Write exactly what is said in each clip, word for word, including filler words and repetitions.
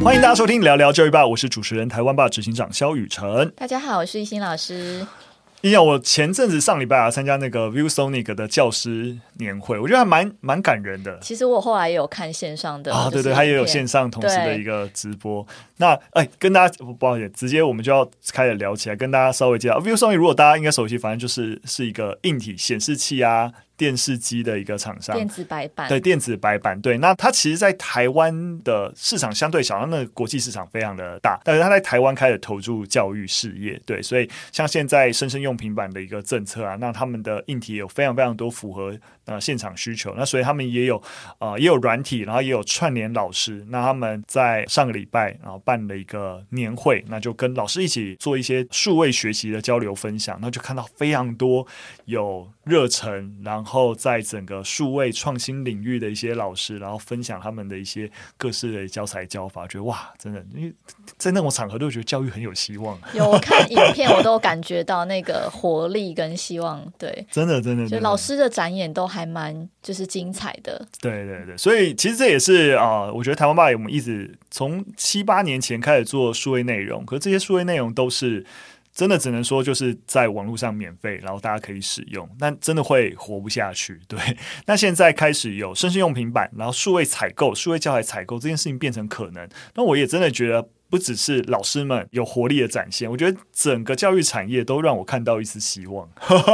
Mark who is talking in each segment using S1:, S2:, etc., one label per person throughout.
S1: 欢迎大家收听聊聊教育吧，我是主持人台湾吧执行长萧雨晨。
S2: 大家好，我是一心老师。
S1: 印象我前阵子上礼拜啊参加那个 ViewSonic 的教师年会，我觉得还蛮蛮感人的。
S2: 其实我后来也有看线上的
S1: 啊，对对，他也有线上同时的一个直播。那哎，跟大家不好意思，直接我们就要开始聊起来，跟大家稍微介绍 ViewSonic。如果大家应该熟悉，反正就是是一个硬体显示器啊、电视机的一个厂商，
S2: 电子白板，
S1: 对，电子白板，对。那它其实在台湾的市场相对小，那个国际市场非常的大，但是它在台湾开始投注教育事业，对，所以像现在生生用平板的一个政策啊，那他们的硬体有非常非常多符合呃现场需求，那所以他们也有呃也有软体，然后也有串联老师，那他们在上个礼拜然后办了一个年会，那就跟老师一起做一些数位学习的交流分享，那就看到非常多有热忱，然后在整个数位创新领域的一些老师，然后分享他们的一些各式的教材教法，觉得哇，真的，因为在那种场合都觉得教育很有希望。
S2: 有我看影片，我都感觉到那个活力跟希望，对，
S1: 真的真的，
S2: 就老师的展演都还蛮就是精彩的。
S1: 对对对，所以其实这也是啊、呃，我觉得台湾吧我们一直从七八年前开始做数位内容，可是这些数位内容都是。真的只能说就是在网络上免费，然后大家可以使用，但真的会活不下去。对，那现在开始有生鲜用平板，然后数位采购、数位教材采购这件事情变成可能，那我也真的觉得。不只是老师们有活力的展现，我觉得整个教育产业都让我看到一丝希望，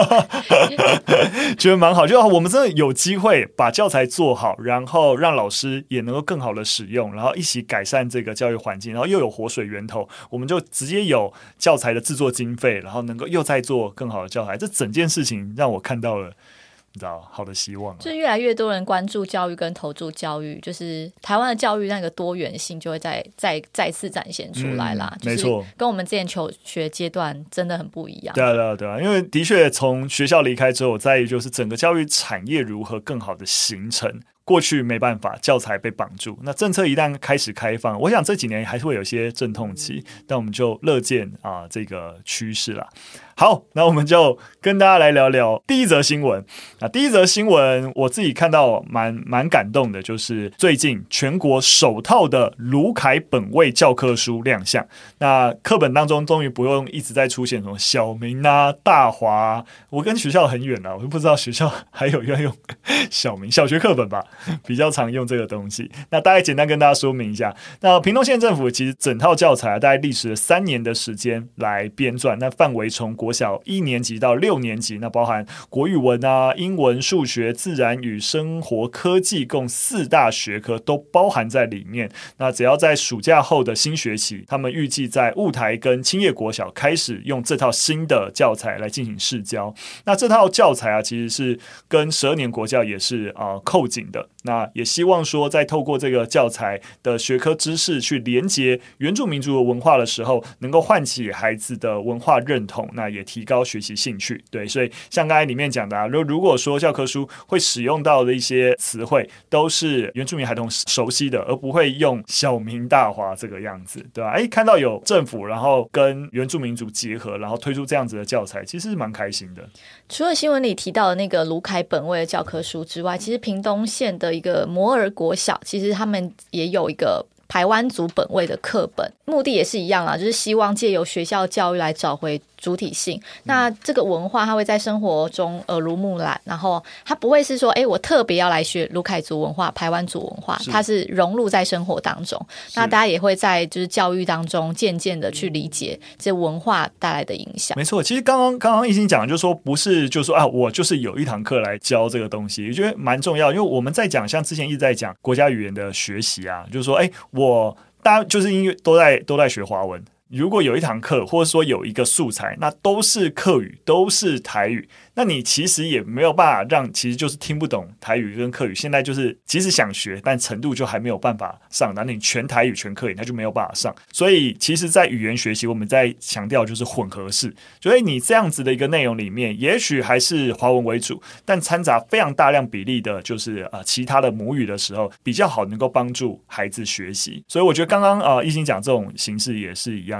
S1: 觉得蛮好。就我们真的有机会把教材做好，然后让老师也能够更好的使用，然后一起改善这个教育环境，然后又有活水源头，我们就直接有教材的制作经费，然后能够又再做更好的教材。这整件事情让我看到了。你知道好的希望、啊，
S2: 就越来越多人关注教育跟投注教育，就是台湾的教育那个多元性就会再再再次展现出来啦。
S1: 嗯、没错，
S2: 跟我们之前求学阶段真的很不一样。
S1: 对啊，对啊，对啊，因为的确从学校离开之后，在于就是整个教育产业如何更好的形成。过去没办法，教材被绑住。那政策一旦开始开放，我想这几年还是会有些阵痛期，但我们就乐见啊这个趋势啦。好，那我们就跟大家来聊聊第一则新闻。那第一则新闻我自己看到蛮蛮感动的，就是最近全国首套的卢凯本味教科书亮相。那课本当中终于不用一直在出现什么小明啊、大华啊，我跟学校很远啊，我就不知道学校还有要用小明，小学课本吧。比较常用这个东西，那大概简单跟大家说明一下。那屏东县政府其实整套教材、啊、大概历时了三年的时间来编撰，那范围从国小一年级到六年级，那包含国语文啊、英文、数学、自然与生活科技共四大学科都包含在里面。那只要在暑假后的新学期，他们预计在雾台跟青叶国小开始用这套新的教材来进行试教。那这套教材啊，其实是跟十二年国教也是呃扣紧的。那也希望说在透过这个教材的学科知识去连结原住民族的文化的时候，能够唤起孩子的文化认同，那也提高学习兴趣。对，所以像刚才里面讲的、啊、如果说教科书会使用到的一些词汇都是原住民孩童熟悉的，而不会用小明大华这个样子，对吧？哎，看到有政府然后跟原住民族结合，然后推出这样子的教材，其实是蛮开心的。
S2: 除了新闻里提到的那个卢凯本味的教科书之外，其实屏东县的一个摩尔国小，其实他们也有一个排湾族本味的课本，目的也是一样啦，就是希望借由学校教育来找回主体性。那这个文化它会在生活中耳濡目染，然后它不会是说哎，我特别要来学卢凯族文化、排湾族文化，它是融入在生活当中。那大家也会在就是教育当中渐渐的去理解这文化带来的影响。
S1: 没错，其实刚刚刚刚一心讲的就是说，不是就是说啊，我就是有一堂课来教这个东西，我觉得蛮重要，因为我们在讲像之前一直在讲国家语言的学习啊，就是说哎，我大家就是因为都在都在学华文。如果有一堂课，或者说有一个素材，那都是客语，都是台语，那你其实也没有办法让，其实就是听不懂台语跟客语。现在就是即使想学，但程度就还没有办法上，那你全台语全客语，它就没有办法上。所以其实在语言学习，我们在强调就是混合式，所以你这样子的一个内容里面，也许还是华文为主，但掺杂非常大量比例的就是呃其他的母语的时候，比较好能够帮助孩子学习。所以我觉得刚刚呃一心讲这种形式也是一样，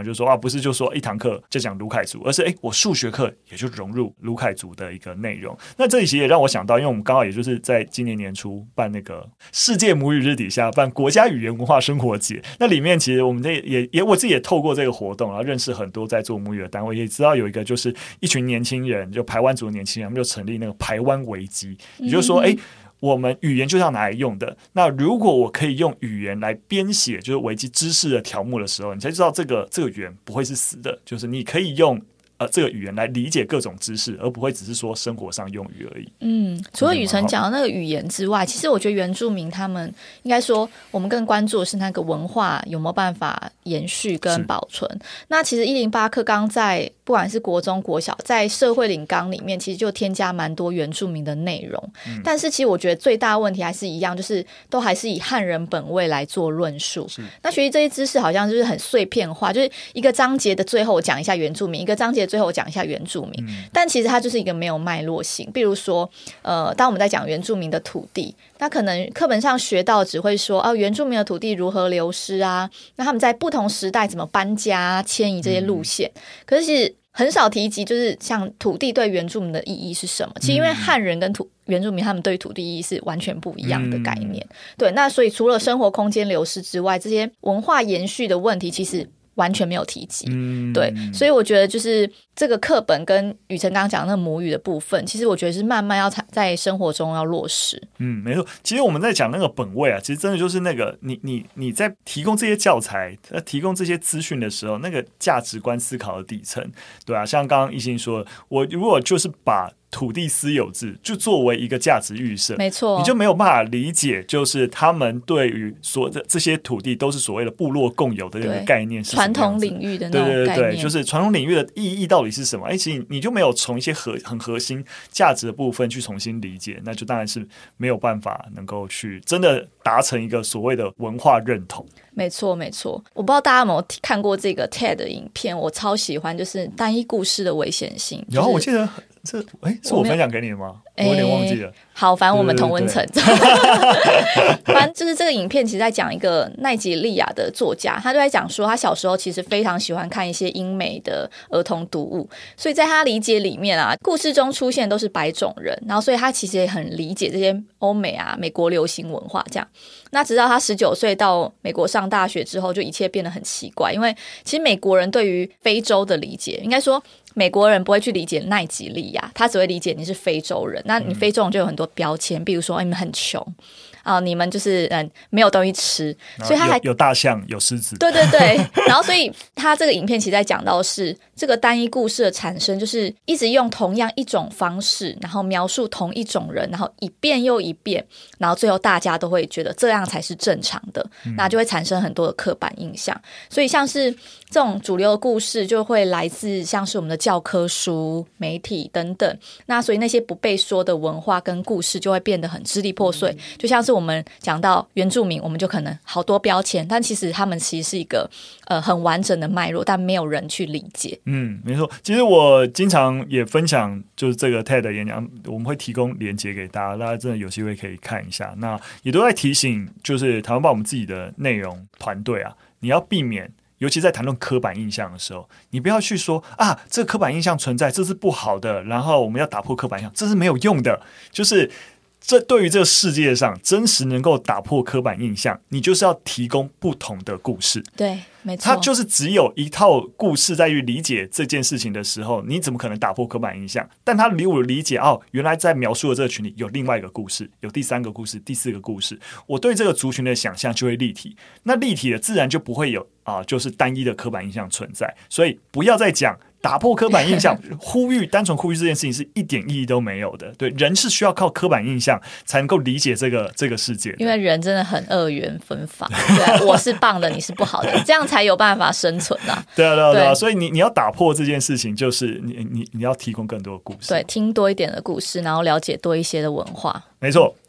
S1: 讲就是说啊，不是就说一堂课就讲卢凯族，而是哎，我数学课也就融入卢凯族的一个内容。那这里其实也让我想到，因为我们刚好也就是在今年年初办那个世界母语日底下办国家语言文化生活节，那里面其实我们这也也我自己也透过这个活动，然后认识很多在做母语的单位，也知道有一个就是一群年轻人，就排湾族的年轻人，他们就成立那个排湾危机，也就是说，哎。我们语言就是要拿来用的。那如果我可以用语言来编写就是维基知识的条目的时候，你才知道这个这个语言不会是死的，就是你可以用呃这个语言来理解各种知识，而不会只是说生活上用语而已。
S2: 嗯，除了宇辰讲的那个语言之外，其实我觉得原住民他们应该说，我们更关注的是那个文化有没有办法延续跟保存。那其实一零八课纲在不管是国中国小，在社会领纲里面其实就添加蛮多原住民的内容、嗯、但是其实我觉得最大的问题还是一样，就是都还是以汉人本位来做论述。那学习这些知识好像就是很碎片化，就是一个章节的最后我讲一下原住民，一个章节的最后我讲一下原住民、嗯、但其实它就是一个没有脉络性。比如说呃，当我们在讲原住民的土地，那可能课本上学到只会说哦，原住民的土地如何流失啊，那他们在不同时代怎么搬家迁移这些路线、嗯、可是其实很少提及就是像土地对原住民的意义是什么。其实因为汉人跟土原住民他们对土地意义是完全不一样的概念、嗯、对，那所以除了生活空间流失之外，这些文化延续的问题其实完全没有提及、嗯、对，所以我觉得就是这个课本跟宇辰刚刚讲的那个母语的部分，其实我觉得是慢慢要在生活中要落实。嗯，
S1: 没错。其实我们在讲那个本位啊，其实真的就是那个你你你在提供这些教材、提供这些资讯的时候，那个价值观思考的底层，对啊，像刚刚一心说，我如果就是把土地私有制就作为一个价值预设，
S2: 没错，
S1: 你就没有办法理解，就是他们对于所的这些土地都是所谓的部落共有的这个概念是什么样子，
S2: 传统领域的那种概念，
S1: 对对对，就是传统领域的意义到底是什么？哎，其实你就没有从一些核很核心价值的部分去重新理解，那就当然是没有办法能够去真的达成一个所谓的文化认同。
S2: 没错没错，我不知道大家有没有看过这个 T E D 的影片，我超喜欢，就是单一故事的危险性。
S1: 然后我记得这哎是我分享给你的吗？我有点忘记了。
S2: 好，反正我们同温层。反正就是这个影片其实在讲一个奈及利亚的作家，他就在讲说他小时候其实非常喜欢看一些英美的儿童读物，所以在他理解里面啊，故事中出现都是白种人，然后所以他其实也很理解这些欧美啊美国流行文化这样。那直到他十九岁到美国上大学之后，就一切变得很奇怪，因为其实美国人对于非洲的理解，应该说美国人不会去理解奈及利亚，他只会理解你是非洲人，那你非洲人就有很多标签，比如说、哎、你们很穷啊、呃，你们就是嗯没有东西吃，所以他还
S1: 有, 有大象有狮子，
S2: 对对对，然后所以他这个影片其实在讲到的是这个单一故事的产生，就是一直用同样一种方式，然后描述同一种人，然后一遍又一遍，然后最后大家都会觉得这样才是正常的、嗯、那就会产生很多的刻板印象。所以像是这种主流的故事就会来自像是我们的教科书、媒体等等，那所以那些不被说的文化跟故事就会变得很支离破碎、嗯、就像是我们讲到原住民，我们就可能好多标签，但其实他们其实是一个呃很完整的脉络，但没有人去理解。
S1: 嗯，没错。其实我经常也分享就是这个 T E D 的演讲，我们会提供连结给大家，大家真的有机会可以看一下。那也都在提醒就是台湾报我们自己的内容团队啊，你要避免尤其在谈论刻板印象的时候，你不要去说啊，这个刻板印象存在，这是不好的，然后我们要打破刻板印象，这是没有用的。就是这对于这个世界上真实能够打破刻板印象，你就是要提供不同的故事。
S2: 对，没错，
S1: 它就是只有一套故事在于理解这件事情的时候，你怎么可能打破刻板印象？但他理我理解哦，原来在描述的这个群里有另外一个故事，有第三个故事，第四个故事，我对这个族群的想象就会立体。那立体的自然就不会有啊、呃，就是单一的刻板印象存在。所以不要再讲打破刻板印象，呼吁单纯呼吁这件事情是一点意义都没有的。对，人是需要靠刻板印象才能够理解这个这个世界的，
S2: 因为人真的很二元分法，对，我是棒的，你是不好的，这样才有办法生存啊。
S1: 对啊，对啊，对啊，所以你你要打破这件事情，就是你你你要提供更多的故事，
S2: 对，听多一点的故事，然后了解多一些的文化。
S1: 没错。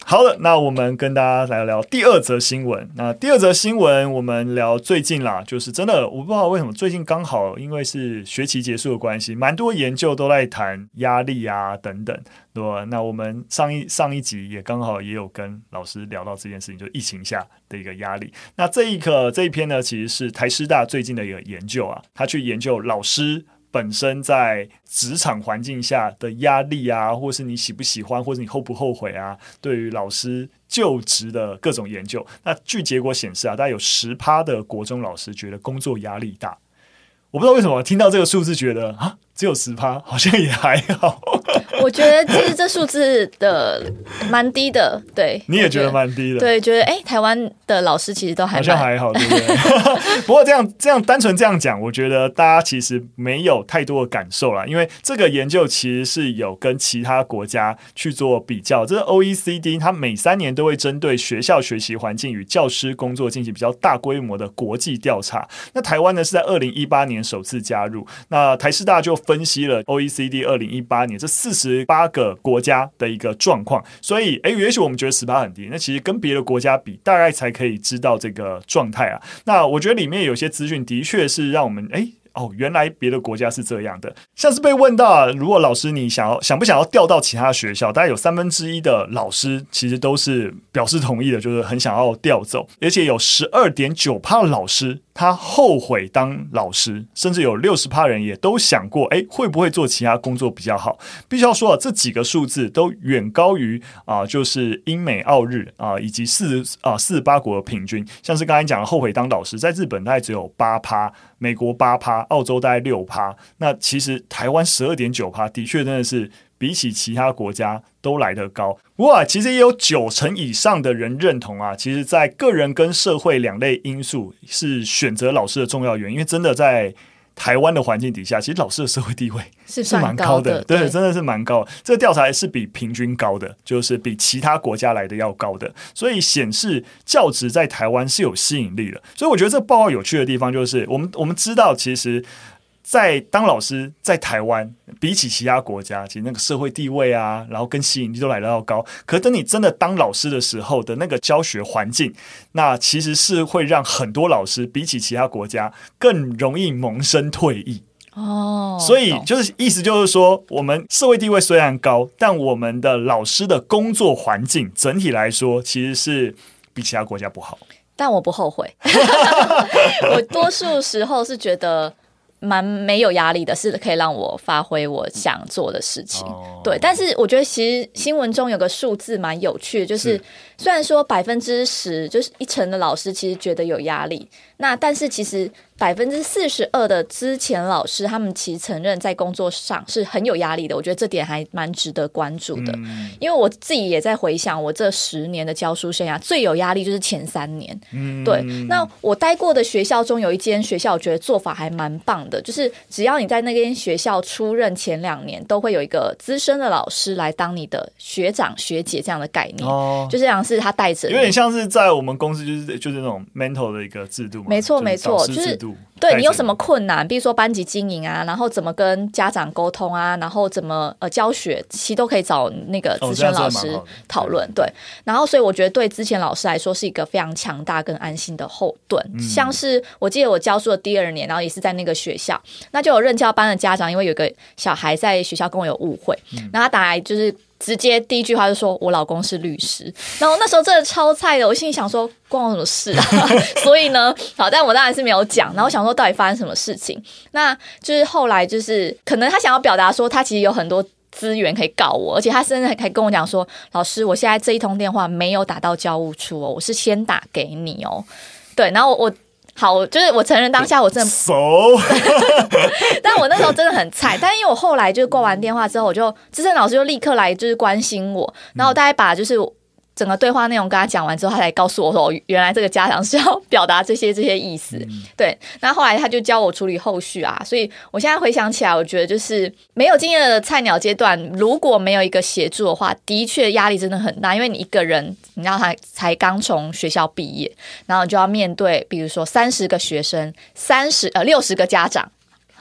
S1: 好了，那我们跟大家来聊第二则新闻。那第二则新闻我们聊最近啦，就是真的我不知道为什么最近刚好因为是学期结束的关系，蛮多研究都在谈压力啊等等，对吧？那我们上一上一集也刚好也有跟老师聊到这件事情，就是疫情下的一个压力。那这一个这一篇呢，其实是台师大最近的一个研究啊，他去研究老师本身在职场环境下的压力啊，或是你喜不喜欢，或是你后不后悔啊，对于老师就职的各种研究。那据结果显示啊，大概有 百分之十 的国中老师觉得工作压力大。我不知道为什么听到这个数字觉得啊，只有 百分之十 好像也还好。
S2: 我觉得其实这数字的蛮低的，对，
S1: 你也觉得蛮低的，
S2: 对，觉得哎、欸，台湾的老师其实都还
S1: 好像还好，对不对？不过这样这样单纯这样讲，我觉得大家其实没有太多的感受啦，因为这个研究其实是有跟其他国家去做比较，这是 O E C D 它每三年都会针对学校学习环境与教师工作进行比较大规模的国际调查。那台湾呢是在二零一八年首次加入，那台师大就分析了 O E C D 二零一八年这四十八个国家的一个状况，所以诶，也许我们觉得 百分之十 很低，那其实跟别的国家比，大概才可以知道这个状态啊。那我觉得里面有些资讯的确是让我们诶哦，原来别的国家是这样的，像是被问到啊，如果老师你想要想不想要调到其他学校，大概有三分之一的老师其实都是表示同意的，就是很想要调走，而且有 百分之十二点九 的老师他后悔当老师，甚至有 百分之六十 人也都想过，哎，会不会做其他工作比较好？必须要说啊，这几个数字都远高于啊、呃，就是英美澳日啊、呃，以及四啊四十八国的平均。像是刚才讲的后悔当老师，在日本大概只有 百分之八， 美国 百分之八， 澳洲大概 百分之六， 那其实台湾 百分之十二点九， 的确真的是比起其他国家都来得高。不过、啊、其实也有九成以上的人认同啊，其实在个人跟社会两类因素是选择老师的重要原因，因为真的在台湾的环境底下，其实老师的社会地位是蛮高的，对，对，真的是蛮高的。这个调查是比平均高的，就是比其他国家来的要高的，所以显示教职在台湾是有吸引力的。所以我觉得这个报告有趣的地方就是，我们我们知道其实在当老师在台湾比起其他国家，其实那个社会地位啊，然后跟吸引力都来得到高。可是等你真的当老师的时候的那个教学环境，那其实是会让很多老师比起其他国家更容易萌生退役。哦，所以就是意思就是说，我们社会地位虽然高，但我们的老师的工作环境整体来说其实是比其他国家不好。
S2: 但我不后悔，我多数时候是觉得蛮没有压力的，是可以让我发挥我想做的事情。哦、对，但是我觉得其实新闻中有个数字蛮有趣的，就是虽然说百分之十，就是一成的老师其实觉得有压力，那但是其实百分之四十二的之前老师，他们其实承认在工作上是很有压力的。我觉得这点还蛮值得关注的，嗯、因为我自己也在回想我这十年的教书生涯，最有压力就是前三年。嗯、对，那我待过的学校中有一间学校，我觉得做法还蛮棒的，就是只要你在那间学校出任前两年，都会有一个资深的老师来当你的学长学姐这样的概念，哦、就像是他带着你，
S1: 有点像是在我们公司就是就是那种 mentor 的一个制度嘛。
S2: 没错没错，就是对你有什么困难，比如说班级经营啊，然后怎么跟家长沟通啊，然后怎么呃教学，其实都可以找那个资深老师讨论。哦、对，然后所以我觉得对之前老师来说是一个非常强大跟安心的后盾。嗯、像是我记得我教书的第二年，然后也是在那个学校，那就有任教班的家长，因为有个小孩在学校跟我有误会，嗯、然后他打来就是直接第一句话就说我老公是律师，然后那时候真的超菜的，我心里想说关我什么事啊？所以呢，好，但我当然是没有讲。然后我想说到底发生什么事情？那就是后来就是可能他想要表达说他其实有很多资源可以告我，而且他甚至还跟我讲说，老师，我现在这一通电话没有打到教务处哦，我是先打给你哦。对，然后我。我好，就是我承认当下我真的
S1: 熟，
S2: 但我那时候真的很菜。但因为我后来就是挂完电话之后，我就资深老师就立刻来就是关心我，然后我大概把就是整个对话内容跟他讲完之后，他才告诉我说，原来这个家长是要表达这些这些意思。嗯、对，那后来他就教我处理后续啊，所以我现在回想起来，我觉得就是没有经验的菜鸟阶段，如果没有一个协助的话，的确压力真的很大，因为你一个人，你知道他才刚从学校毕业，然后你就要面对，比如说三十个学生，三十呃六十个家长。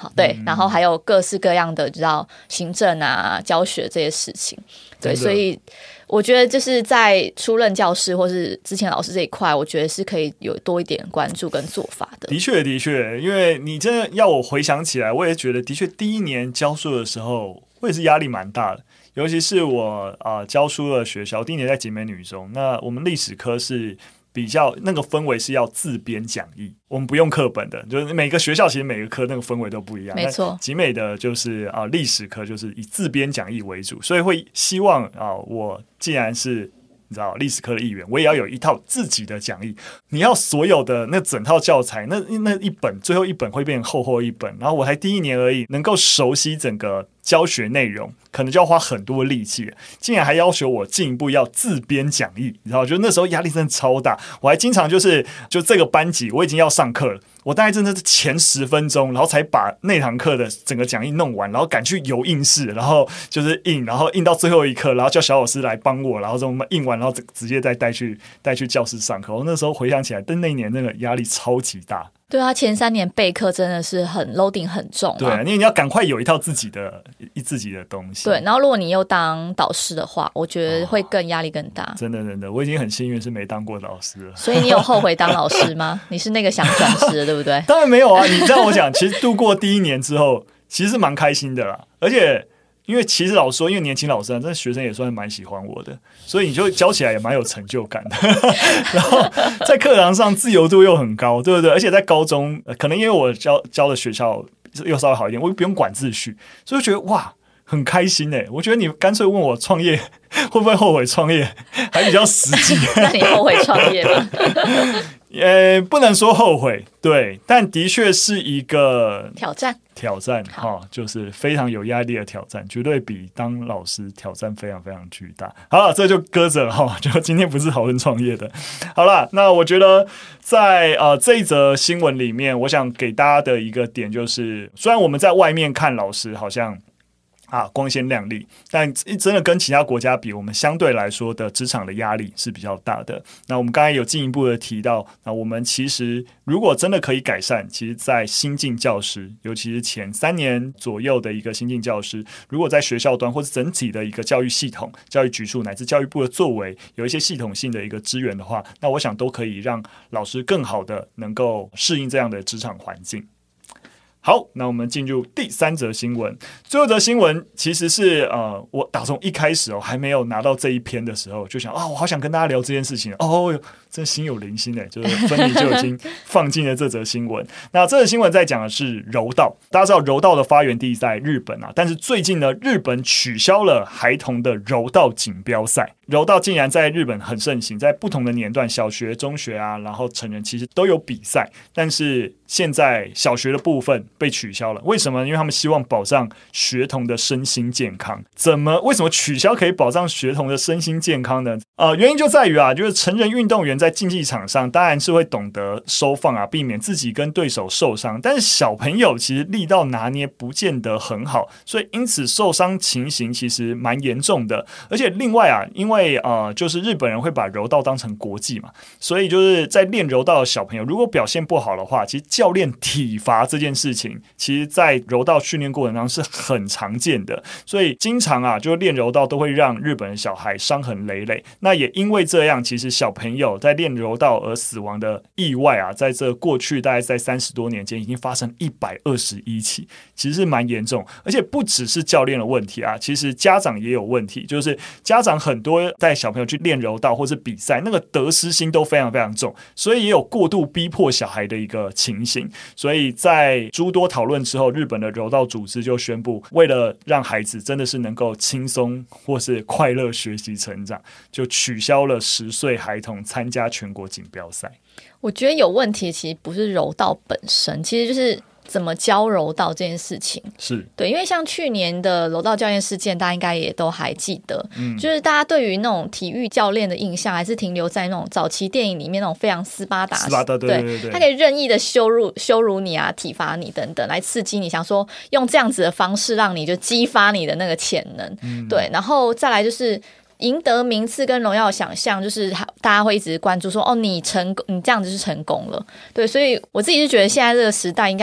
S2: 好，对、嗯，然后还有各式各样的，知道行政啊、教学这些事情，对，所以我觉得就是在初任教师或是之前老师这一块，我觉得是可以有多一点关注跟做法的。
S1: 的确，的确，因为你真的要我回想起来，我也觉得的确第一年教书的时候，我也是压力蛮大的。尤其是我啊、呃、教书的学校，第一年在景美女中，那我们历史科是比较那个氛围是要自编讲义，我们不用课本的，就是每个学校其实每个科那个氛围都不一样。
S2: 没错，
S1: 景美的就是啊历史科就是以自编讲义为主，所以会希望啊我既然是你知道历史科的一员，我也要有一套自己的讲义。你要所有的那整套教材，那那一本最后一本会变厚厚一本，然后我才第一年而已，能够熟悉整个教学内容，可能就要花很多力气了，竟然还要求我进一步要自编讲义，你知道，就那时候压力真的超大。我还经常就是就这个班级我已经要上课了，我大概真的是前十分钟，然后才把那堂课的整个讲义弄完，然后赶去油印室，然后就是印，然后印到最后一刻，然后叫小老师来帮我，然后我们印完，然后直接再带去带去教室上课。我那时候回想起来，但那一年那个压力超级大。
S2: 对啊，前三年备课真的是很 loading 很重、啊，
S1: 对，因为你要赶快有一套自己的自己的东西。
S2: 对，然后如果你又当导师的话，我觉得会更压力更大。
S1: 哦、真的真的，我已经很幸运是没当过导师了。
S2: 所以你有后悔当老师吗？你是那个想转职的，对不对？
S1: 当然没有啊！你这样我讲，其实度过第一年之后，其实是蛮开心的啦，而且。因为其实老实说，因为年轻老师啊，这学生也算是蛮喜欢我的，所以你就教起来也蛮有成就感的。然后在课堂上自由度又很高，对不对？而且在高中，可能因为我教教的学校又稍微好一点，我不用管秩序，所以我觉得哇，很开心哎！我觉得你干脆问我创业会不会后悔创业，还比较实际。
S2: 那你后悔创业吗？
S1: 呃，不能说后悔，对，但的确是一个
S2: 挑战，
S1: 挑战哈、哦，就是非常有压力的挑战，绝对比当老师挑战非常非常巨大。好了，这就搁着了哈，就今天不是讨论创业的。好了，那我觉得在呃这一则新闻里面，我想给大家的一个点就是，虽然我们在外面看老师好像。啊，光鲜亮丽，但真的跟其他国家比，我们相对来说的职场的压力是比较大的。那我们刚才有进一步的提到，那我们其实如果真的可以改善，其实在新进教师，尤其是前三年左右的一个新进教师，如果在学校端或者整体的一个教育系统、教育局处乃至教育部的作为，有一些系统性的一个支援的话，那我想都可以让老师更好的能够适应这样的职场环境。好，那我们进入第三则新闻。最后一则新闻其实是呃，我打从一开始哦，还没有拿到这一篇的时候，就想啊，我好想跟大家聊这件事情哦，真心有灵心哎，就是芬妮就已经放进了这则新闻。那这则新闻在讲的是柔道，大家知道柔道的发源地在日本啊，但是最近呢，日本取消了孩童的柔道锦标赛。柔道竟然在日本很盛行，在不同的年段，小学、中学啊，然后成人其实都有比赛，但是现在小学的部分被取消了，为什么？因为他们希望保障学童的身心健康。怎么？为什么取消可以保障学童的身心健康呢？呃，原因就在于啊，就是成人运动员在竞技场上当然是会懂得收放啊，避免自己跟对手受伤，但是小朋友其实力道拿捏不见得很好，所以因此受伤情形其实蛮严重的。而且另外啊，因为因为呃，就是日本人会把柔道当成国际嘛，所以就是在练柔道的小朋友，如果表现不好的话，其实教练体罚这件事情，其实在柔道训练过程当中是很常见的，所以经常啊，就练柔道都会让日本的小孩伤痕累累。那也因为这样，其实小朋友在练柔道而死亡的意外啊，在这过去大概在三十多年间已经发生一百二十一起，其实是蛮严重，而且不只是教练的问题啊，其实家长也有问题，就是家长很多带小朋友去练柔道或是比赛，那个得失心都非常非常重，所以也有过度逼迫小孩的一个情形。所以在诸多讨论之后，日本的柔道组织就宣布，为了让孩子真的是能够轻松或是快乐学习成长，就取消了十岁孩童参加全国锦标赛。
S2: 我觉得有问题其实不是柔道本身，其实就是怎么教柔道这件事情。
S1: 是
S2: 对，因为像去年的柔道教练事件，大家应该也都还记得、嗯、就是大家对于那种体育教练的印象还是停留在那种早期电影里面那种非常斯巴达
S1: 斯巴达，对对 对, 对，
S2: 他可以任意的羞辱羞辱你啊，体罚你等等，来刺激你，想说用这样子的方式让你就激发你的那个潜能、嗯、对，然后再来就是赢得名次跟荣耀的想象，就是大家会一直关注说，哦，你成功，你这样子是成功了。对，所以我自己是觉得现在这个时代应该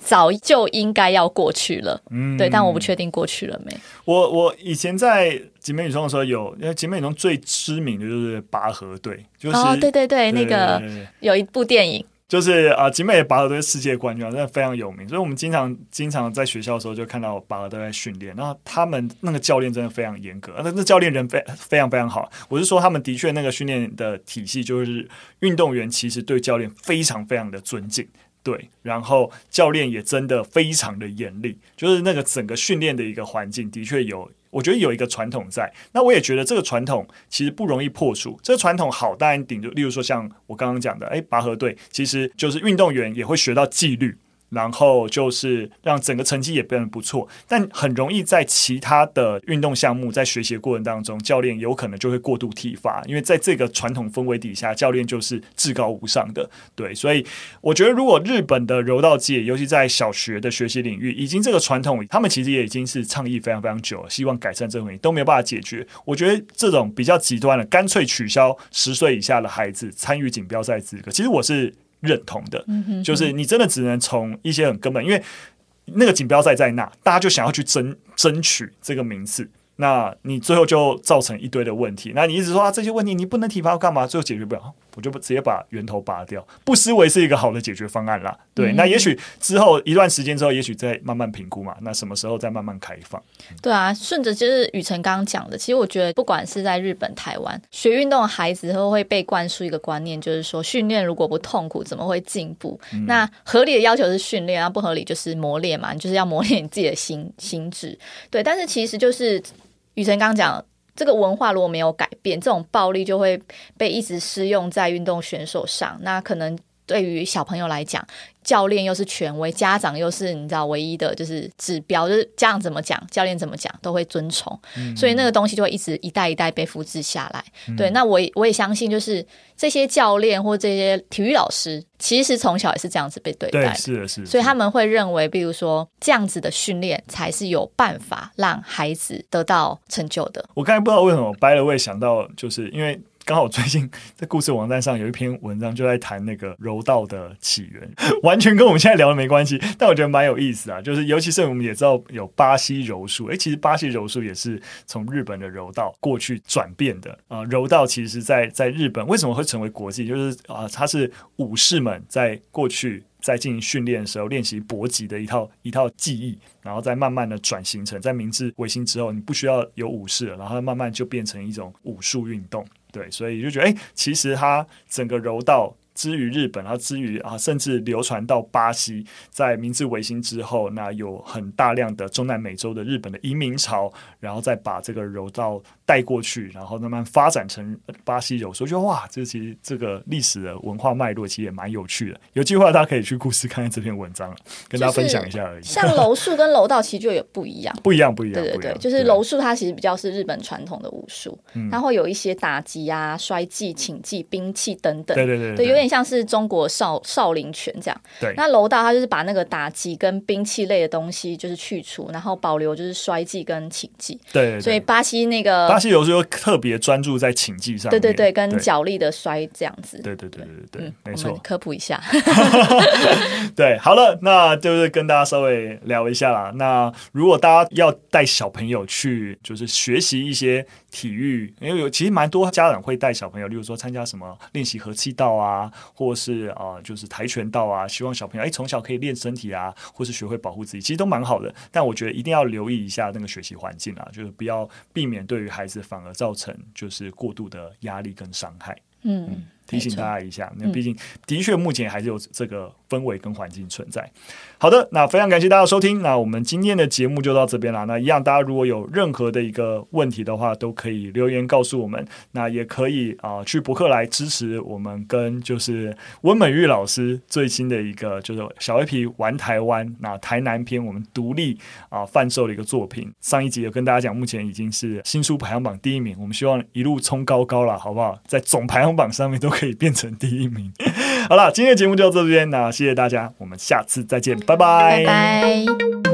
S2: 早就应该要过去了，嗯，对，但我不确定过去了没。
S1: 我我以前在景美女中的时候有，因为景美女中最知名的就是拔河队，就是
S2: 哦，对对对，那个有一部电影。
S1: 就是啊，景美的拔河队世界冠军真的非常有名，所以我们经常经常在学校的时候就看到拔河队在训练，然后他们那个教练真的非常严格，那那教练人非非常非常好。我是说，他们的确那个训练的体系，就是运动员其实对教练非常非常的尊敬。对，然后教练也真的非常的严厉，就是那个整个训练的一个环境的确有，我觉得有一个传统在。那我也觉得这个传统其实不容易破除。这个传统好，当然顶就例如说像我刚刚讲的，哎，拔河队其实就是运动员也会学到纪律。然后就是让整个成绩也变得不错，但很容易在其他的运动项目在学习的过程当中，教练有可能就会过度体罚，因为在这个传统氛围底下，教练就是至高无上的。对，所以我觉得如果日本的柔道界，尤其在小学的学习领域，已经这个传统，他们其实也已经是倡议非常非常久了，希望改善这个问题都没有办法解决。我觉得这种比较极端的，干脆取消十岁以下的孩子参与锦标赛资格，其实我是认同的，就是你真的只能从一些很根本，因为那个锦标赛在那，大家就想要去争争取这个名次，那你最后就造成一堆的问题。那你一直说啊这些问题你不能体罚干嘛？最后解决不了，我就直接把源头拔掉，不失为是一个好的解决方案啦。对，嗯、那也许之后一段时间之后，也许再慢慢评估嘛。那什么时候再慢慢开放？
S2: 对啊，顺着就是宇辰刚刚讲的，其实我觉得不管是在日本、台湾，学运动的孩子都会被灌输一个观念，就是说训练如果不痛苦，怎么会进步？嗯、那合理的要求是训练，那不合理就是磨练嘛，你就是要磨练你自己的心心智。对，但是其实就是宇辰刚刚讲，这个文化如果没有改变，这种暴力就会被一直施用在运动选手上。那可能对于小朋友来讲，教练又是权威，家长又是你知道唯一的就是指标，就是家长怎么讲，教练怎么讲都会遵从、嗯、所以那个东西就会一直一代一代被复制下来、嗯、对，那我我也相信就是这些教练或这些体育老师其实从小也是这样子被对待的，
S1: 对，是的，是的，
S2: 所以他们会认为比如说这样子的训练才是有办法让孩子得到成就的。
S1: 我刚才不知道为什么 by the way 想到，就是因为刚好最近在故事网站上有一篇文章就在谈那个柔道的起源，完全跟我们现在聊的没关系，但我觉得蛮有意思啊。就是尤其是我们也知道有巴西柔术，诶，其实巴西柔术也是从日本的柔道过去转变的啊、呃。柔道其实在在日本为什么会成为国际，就是啊、呃，它是武士们在过去在进行训练的时候练习搏击的一套一套技艺，然后再慢慢的转型成在明治维新之后，你不需要有武士了，然后慢慢就变成一种武术运动。对，所以就觉得，哎，其实它整个柔道之于日本，然后之于啊，甚至流传到巴西，在明治维新之后，那有很大量的中南美洲的日本的移民潮，然后再把这个柔道带过去，然后慢慢发展成巴西柔术。我觉得哇，这其实这个历史的文化脉络其实也蛮有趣的。有机会大家可以去故事看看这篇文章，跟大家分享一下而已。
S2: 就是、像柔术跟柔道其实就有不一样，
S1: 不一样，不一样，
S2: 对对对，就是柔术它其实比较是日本传统的武术，它会有一些打击啊、摔技、请技、兵器等等，
S1: 对对 对, 对,
S2: 对，有点像是中国少少林拳这样。
S1: 对，
S2: 那柔道它就是把那个打击跟兵器类的东西就是去除，然后保留就是摔技跟请技。
S1: 对, 对, 对，
S2: 所以巴西那个
S1: 巴西柔术又特别专注在请技上面，
S2: 对对对，跟脚力的摔这样子。
S1: 对对对对对对、嗯，没错。
S2: 我们科普一下。
S1: 对，好了，那就是跟大家稍微聊一下啦。那如果大家要带小朋友去，就是学习一些体育，因为有其实蛮多家长会带小朋友，例如说参加什么练习合气道啊，或是啊、呃、就是跆拳道啊，希望小朋友哎从小可以练身体啊，或是学会保护自己，其实都蛮好的。但我觉得一定要留意一下那个学习环境啊，就是不要避免对于孩子反而造成就是过度的压力跟伤害。嗯。嗯，提醒大家一下，那毕竟的确目前还是有这个氛围跟环境存在。好的，那非常感谢大家的收听，那我们今天的节目就到这边了。那一样，大家如果有任何的一个问题的话，都可以留言告诉我们。那也可以啊、呃，去博客来支持我们跟就是温美玉老师最新的一个就是小 A P 玩台湾那台南篇我们独立啊、呃、贩售的一个作品。上一集有跟大家讲，目前已经是新书排行榜第一名，我们希望一路冲高高了，好不好？在总排行榜上面都可以变成第一名。好了，今天的节目就到这边，那谢谢大家，我们下次再见，拜拜。
S2: 拜拜。